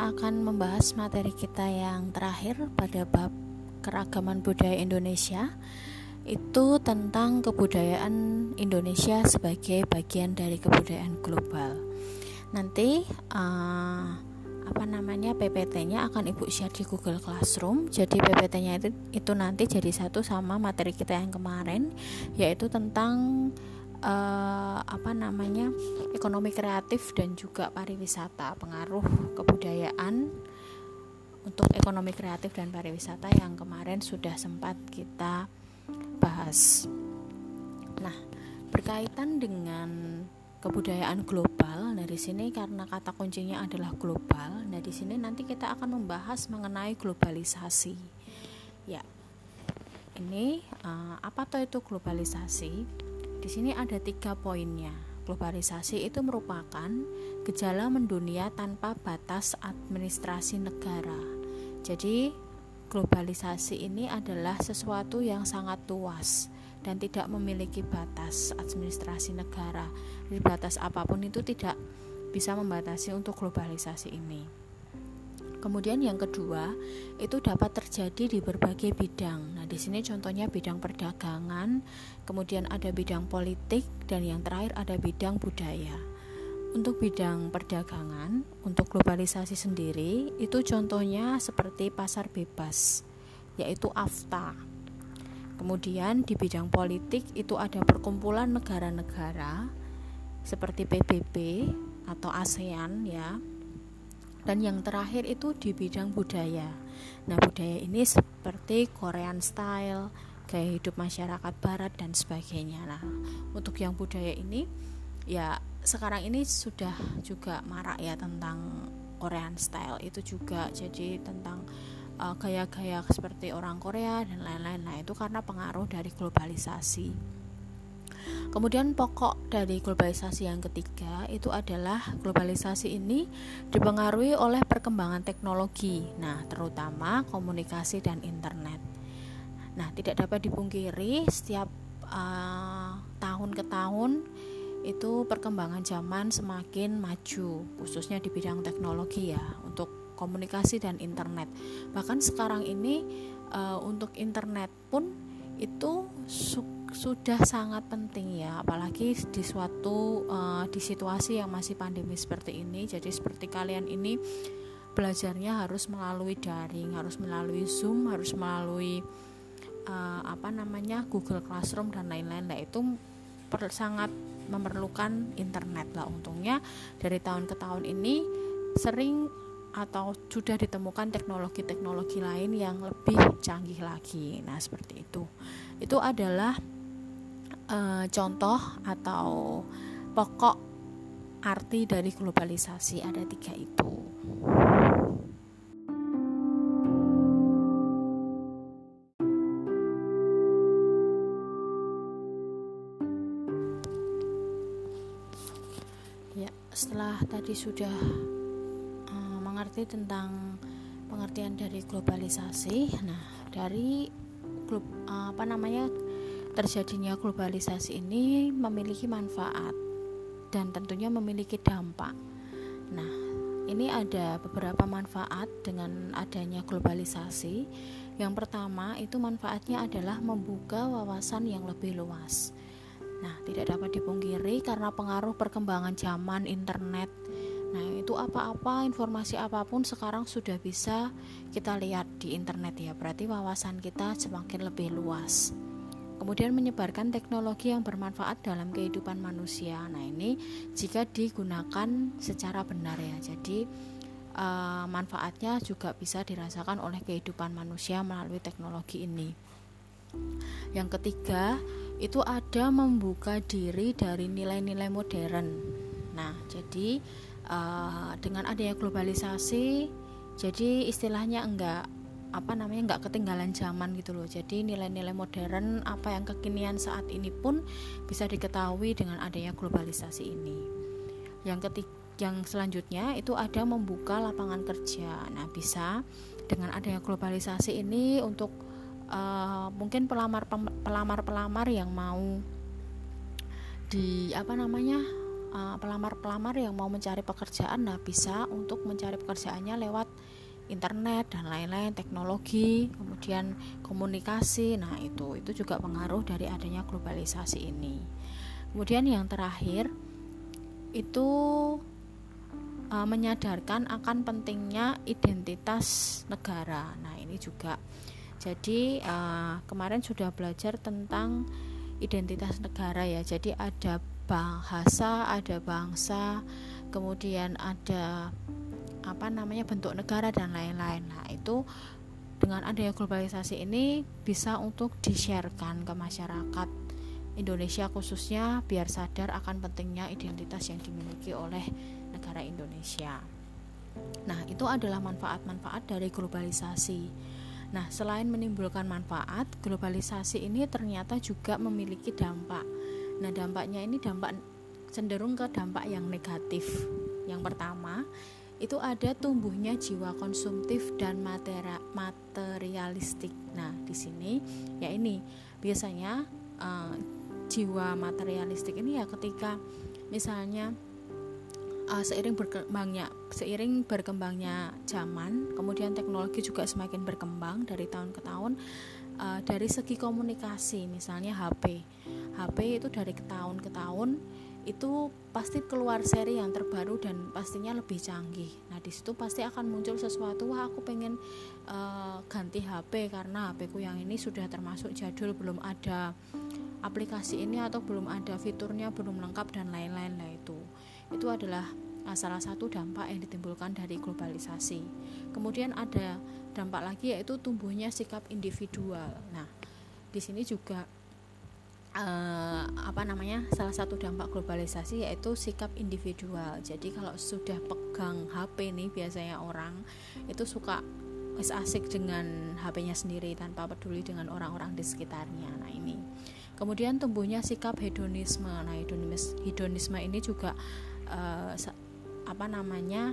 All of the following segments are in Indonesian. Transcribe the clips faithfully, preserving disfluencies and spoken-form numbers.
kita akan membahas materi kita yang terakhir pada bab keragaman budaya Indonesia, itu tentang kebudayaan Indonesia sebagai bagian dari kebudayaan global. Nanti uh, apa namanya P P T-nya akan Ibu share di Google Classroom. Jadi P P T-nya itu, itu nanti jadi satu sama materi kita yang kemarin, yaitu tentang Uh, apa namanya ekonomi kreatif dan juga pariwisata, pengaruh kebudayaan untuk ekonomi kreatif dan pariwisata yang kemarin sudah sempat kita bahas. Nah, berkaitan dengan kebudayaan global, nah di sini karena kata kuncinya adalah global, nah di sini nanti kita akan membahas mengenai globalisasi. Ya, ini uh, apa tuh itu globalisasi? Di sini ada tiga poinnya. Globalisasi itu merupakan gejala mendunia tanpa batas administrasi negara. Jadi globalisasi ini adalah sesuatu yang sangat luas dan tidak memiliki batas administrasi negara. Jadi batas apapun itu tidak bisa membatasi untuk globalisasi ini. Kemudian yang kedua, itu dapat terjadi di berbagai bidang. Nah, di sini contohnya bidang perdagangan, kemudian ada bidang politik, dan yang terakhir ada bidang budaya. Untuk bidang perdagangan, untuk globalisasi sendiri, itu contohnya seperti pasar bebas, yaitu AFTA. Kemudian di bidang politik itu ada perkumpulan negara-negara seperti P B B atau ASEAN ya. Dan yang terakhir itu di bidang budaya. Nah, budaya ini seperti Korean style, gaya hidup masyarakat barat dan sebagainya. Nah, untuk yang budaya ini ya sekarang ini sudah juga marak ya tentang Korean style itu juga, jadi tentang uh, gaya-gaya seperti orang Korea dan lain-lain. Nah, itu karena pengaruh dari globalisasi. Kemudian pokok dari globalisasi yang ketiga itu adalah globalisasi ini dipengaruhi oleh perkembangan teknologi, nah terutama komunikasi dan internet. Nah, tidak dapat dipungkiri setiap uh, tahun ke tahun itu perkembangan zaman semakin maju, khususnya di bidang teknologi ya, untuk komunikasi dan internet. Bahkan sekarang ini uh, untuk internet pun itu su- sudah sangat penting ya, apalagi di suatu uh, di situasi yang masih pandemi seperti ini. Jadi seperti kalian ini belajarnya harus melalui daring, harus melalui Zoom, harus melalui uh, apa namanya Google Classroom dan lain-lain. Nah, itu per, sangat memerlukan internet lah. Untungnya dari tahun ke tahun ini sering atau sudah ditemukan teknologi-teknologi lain yang lebih canggih lagi. Nah, seperti itu. Itu adalah Uh, contoh atau pokok arti dari globalisasi, ada tiga itu. Ya, setelah tadi sudah uh, mengerti tentang pengertian dari globalisasi, nah dari glob, uh, apa namanya terjadinya globalisasi ini memiliki manfaat dan tentunya memiliki dampak. Nah, ini ada beberapa manfaat dengan adanya globalisasi. Yang pertama itu manfaatnya adalah membuka wawasan yang lebih luas. Nah, tidak dapat dipungkiri karena pengaruh perkembangan zaman internet. Nah, itu apa-apa, informasi apapun sekarang sudah bisa kita lihat di internet ya. Berarti wawasan kita semakin lebih luas. Kemudian menyebarkan teknologi yang bermanfaat dalam kehidupan manusia. Nah, ini jika digunakan secara benar ya. Jadi uh, manfaatnya juga bisa dirasakan oleh kehidupan manusia melalui teknologi ini. Yang ketiga, itu ada membuka diri dari nilai-nilai modern. Nah, jadi uh, dengan adanya globalisasi, jadi istilahnya enggak apa namanya enggak ketinggalan zaman gitu loh. Jadi nilai-nilai modern apa yang kekinian saat ini pun bisa diketahui dengan adanya globalisasi ini. Yang ketiga, yang selanjutnya itu ada membuka lapangan kerja. Nah, bisa dengan adanya globalisasi ini untuk uh, mungkin pelamar pelamar-pelamar yang mau di apa namanya uh, pelamar-pelamar yang mau mencari pekerjaan, nah bisa untuk mencari pekerjaannya lewat internet dan lain-lain, teknologi, kemudian komunikasi. Nah, itu itu juga pengaruh dari adanya globalisasi ini. Kemudian yang terakhir itu uh, menyadarkan akan pentingnya identitas negara. Nah, ini juga. Jadi uh, kemarin sudah belajar tentang identitas negara ya. Jadi ada bahasa, ada bangsa, kemudian ada apa namanya bentuk negara dan lain-lain. Nah, itu dengan adanya globalisasi ini bisa untuk di-sharekan ke masyarakat Indonesia khususnya, biar sadar akan pentingnya identitas yang dimiliki oleh negara Indonesia. Nah, itu adalah manfaat-manfaat dari globalisasi. Nah, selain menimbulkan manfaat, globalisasi ini ternyata juga memiliki dampak. Nah, dampaknya ini dampak cenderung ke dampak yang negatif. Yang pertama, itu ada tumbuhnya jiwa konsumtif dan materi- materialistik. Nah, di sini ya ini biasanya uh, jiwa materialistik ini ya ketika misalnya Uh, seiring berkembangnya seiring berkembangnya zaman, kemudian teknologi juga semakin berkembang dari tahun ke tahun. Uh, dari segi komunikasi, misalnya H P, H P itu dari tahun ke tahun itu pasti keluar seri yang terbaru dan pastinya lebih canggih. Nah, di situ pasti akan muncul sesuatu, wah aku pengen uh, ganti H P karena H P ku yang ini sudah termasuk jadul, belum ada aplikasi ini atau belum ada fiturnya, belum lengkap dan lain-lain lah itu. Itu adalah salah satu dampak yang ditimbulkan dari globalisasi. Kemudian ada dampak lagi yaitu tumbuhnya sikap individual. Nah, di sini juga eh, apa namanya salah satu dampak globalisasi yaitu sikap individual. Jadi kalau sudah pegang H P nih biasanya orang itu suka wis asik dengan H P-nya sendiri tanpa peduli dengan orang-orang di sekitarnya. Nah, ini. Kemudian tumbuhnya sikap hedonisme. Nah, hedonisme, hedonisme ini juga Uh, apa namanya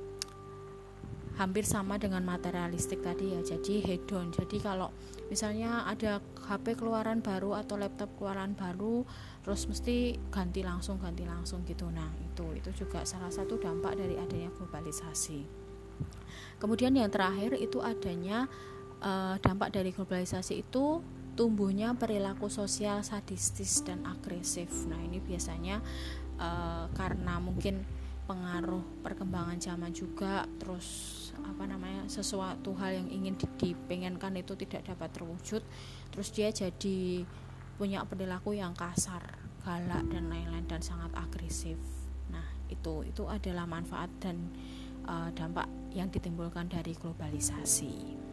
hampir sama dengan materialistik tadi ya. Jadi hedon. Jadi kalau misalnya ada H P keluaran baru atau laptop keluaran baru, terus mesti ganti langsung ganti langsung gitu. Nah, itu itu juga salah satu dampak dari adanya globalisasi. Kemudian yang terakhir itu adanya uh, dampak dari globalisasi itu tumbuhnya perilaku sosial sadistis dan agresif. Nah, ini biasanya Uh, karena mungkin pengaruh perkembangan zaman juga, terus apa namanya sesuatu hal yang ingin dipengenkan itu tidak dapat terwujud, terus dia jadi punya perilaku yang kasar, galak dan lain-lain dan sangat agresif. Nah, itu itu adalah manfaat dan uh, dampak yang ditimbulkan dari globalisasi.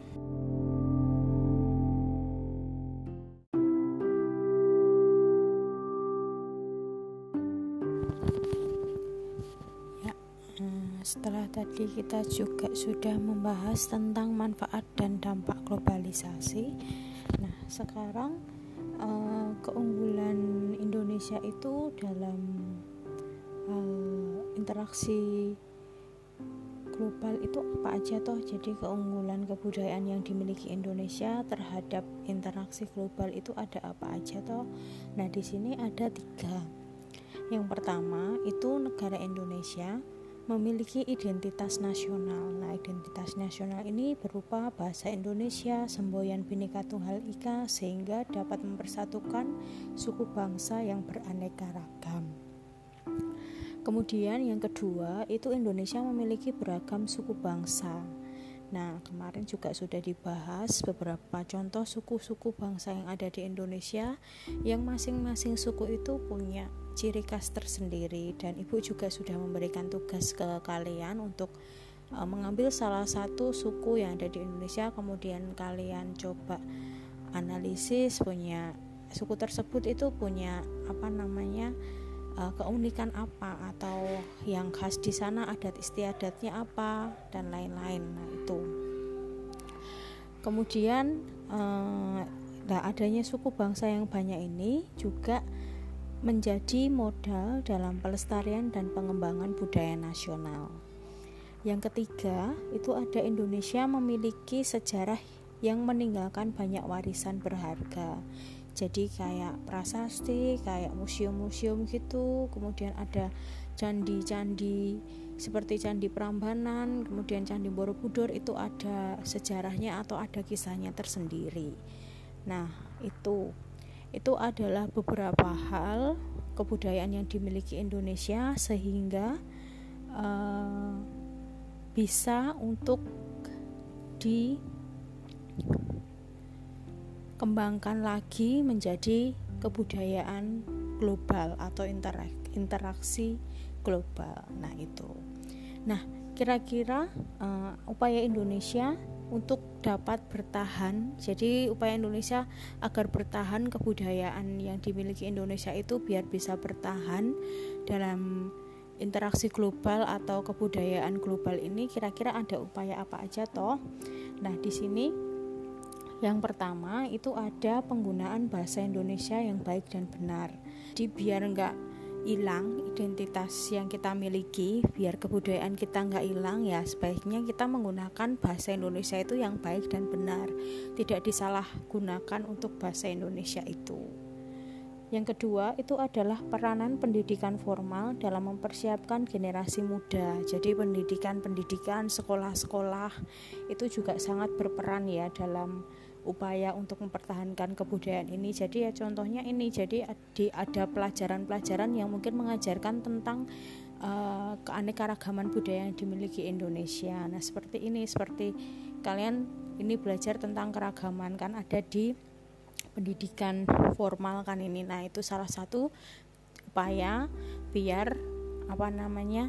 Setelah tadi kita juga sudah membahas tentang manfaat dan dampak globalisasi. Nah, sekarang uh, keunggulan Indonesia itu dalam uh, interaksi global itu apa aja toh? Jadi keunggulan kebudayaan yang dimiliki Indonesia terhadap interaksi global itu ada apa aja toh? Nah, di sini ada tiga. Yang pertama itu negara Indonesia memiliki identitas nasional. Nah, identitas nasional ini berupa bahasa Indonesia, semboyan Bhinneka Tunggal Ika, sehingga dapat mempersatukan suku bangsa yang beraneka ragam. Kemudian yang kedua, itu Indonesia memiliki beragam suku bangsa. Nah, kemarin juga sudah dibahas beberapa contoh suku-suku bangsa yang ada di Indonesia, yang masing-masing suku itu punya ciri khas tersendiri, dan Ibu juga sudah memberikan tugas ke kalian untuk uh, mengambil salah satu suku yang ada di Indonesia, kemudian kalian coba analisis punya suku tersebut itu punya apa namanya uh, keunikan apa, atau yang khas di sana adat istiadatnya apa dan lain-lain. Nah, itu. Kemudian uh, nah adanya suku bangsa yang banyak ini juga menjadi modal dalam pelestarian dan pengembangan budaya nasional. Yang ketiga, itu ada Indonesia memiliki sejarah yang meninggalkan banyak warisan berharga. jadi kayak prasasti, kayak museum-museum gitu. Kemudian ada candi-candi seperti Candi Prambanan, kemudian Candi Borobudur, itu ada sejarahnya atau ada kisahnya tersendiri. Nah, itu itu adalah beberapa hal kebudayaan yang dimiliki Indonesia sehingga uh, bisa untuk dikembangkan lagi menjadi kebudayaan global atau interaksi global. Nah, itu. Nah, kira-kira uh, upaya Indonesia untuk dapat bertahan. Jadi upaya Indonesia agar bertahan kebudayaan yang dimiliki Indonesia itu biar bisa bertahan dalam interaksi global atau kebudayaan global ini, kira-kira ada upaya apa aja toh? Nah, di sini yang pertama itu ada penggunaan bahasa Indonesia yang baik dan benar. Jadi biar enggak hilang identitas yang kita miliki, biar kebudayaan kita nggak hilang, ya sebaiknya kita menggunakan bahasa Indonesia itu yang baik dan benar, tidak disalahgunakan untuk bahasa Indonesia itu. Yang kedua itu adalah peranan pendidikan formal dalam mempersiapkan generasi muda. Jadi pendidikan-pendidikan, sekolah-sekolah itu juga sangat berperan ya dalam upaya untuk mempertahankan kebudayaan ini. Jadi ya contohnya ini, jadi ada pelajaran-pelajaran yang mungkin mengajarkan tentang uh, keanekaragaman budaya yang dimiliki Indonesia. Nah, seperti ini, seperti kalian ini belajar tentang keragaman kan ada di pendidikan formal kan ini. Nah, itu salah satu upaya biar apa namanya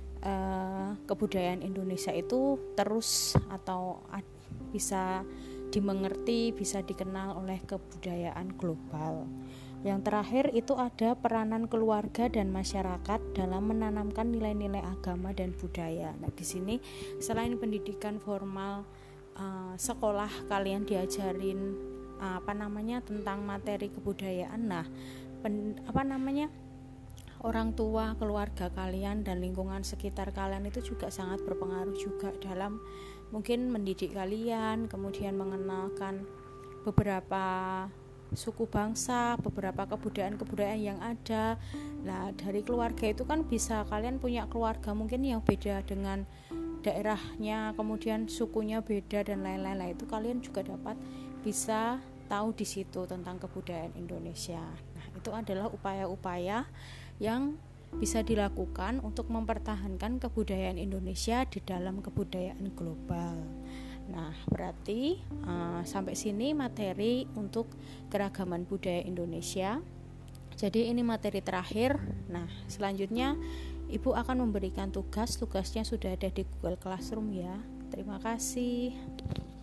uh, kebudayaan Indonesia itu terus atau ad, bisa dimengerti, bisa dikenal oleh kebudayaan global. Yang terakhir itu ada peranan keluarga dan masyarakat dalam menanamkan nilai-nilai agama dan budaya. Nah, di sini selain pendidikan formal, uh, sekolah kalian diajarin uh, apa namanya tentang materi kebudayaan. Nah, pen, apa namanya orang tua, keluarga kalian dan lingkungan sekitar kalian itu juga sangat berpengaruh juga dalam mungkin mendidik kalian, kemudian mengenalkan beberapa suku bangsa, beberapa kebudayaan-kebudayaan yang ada. Nah, dari keluarga itu kan bisa kalian punya keluarga mungkin yang beda dengan daerahnya, kemudian sukunya beda dan lain-lain. Nah, itu kalian juga dapat bisa tahu di situ tentang kebudayaan Indonesia. Nah, itu adalah upaya-upaya yang bisa dilakukan untuk mempertahankan kebudayaan Indonesia di dalam kebudayaan global. Nah, berarti uh, sampai sini materi untuk keragaman budaya Indonesia. Jadi ini materi terakhir. Nah, selanjutnya Ibu akan memberikan tugas. Tugasnya sudah ada di Google Classroom ya. Terima kasih.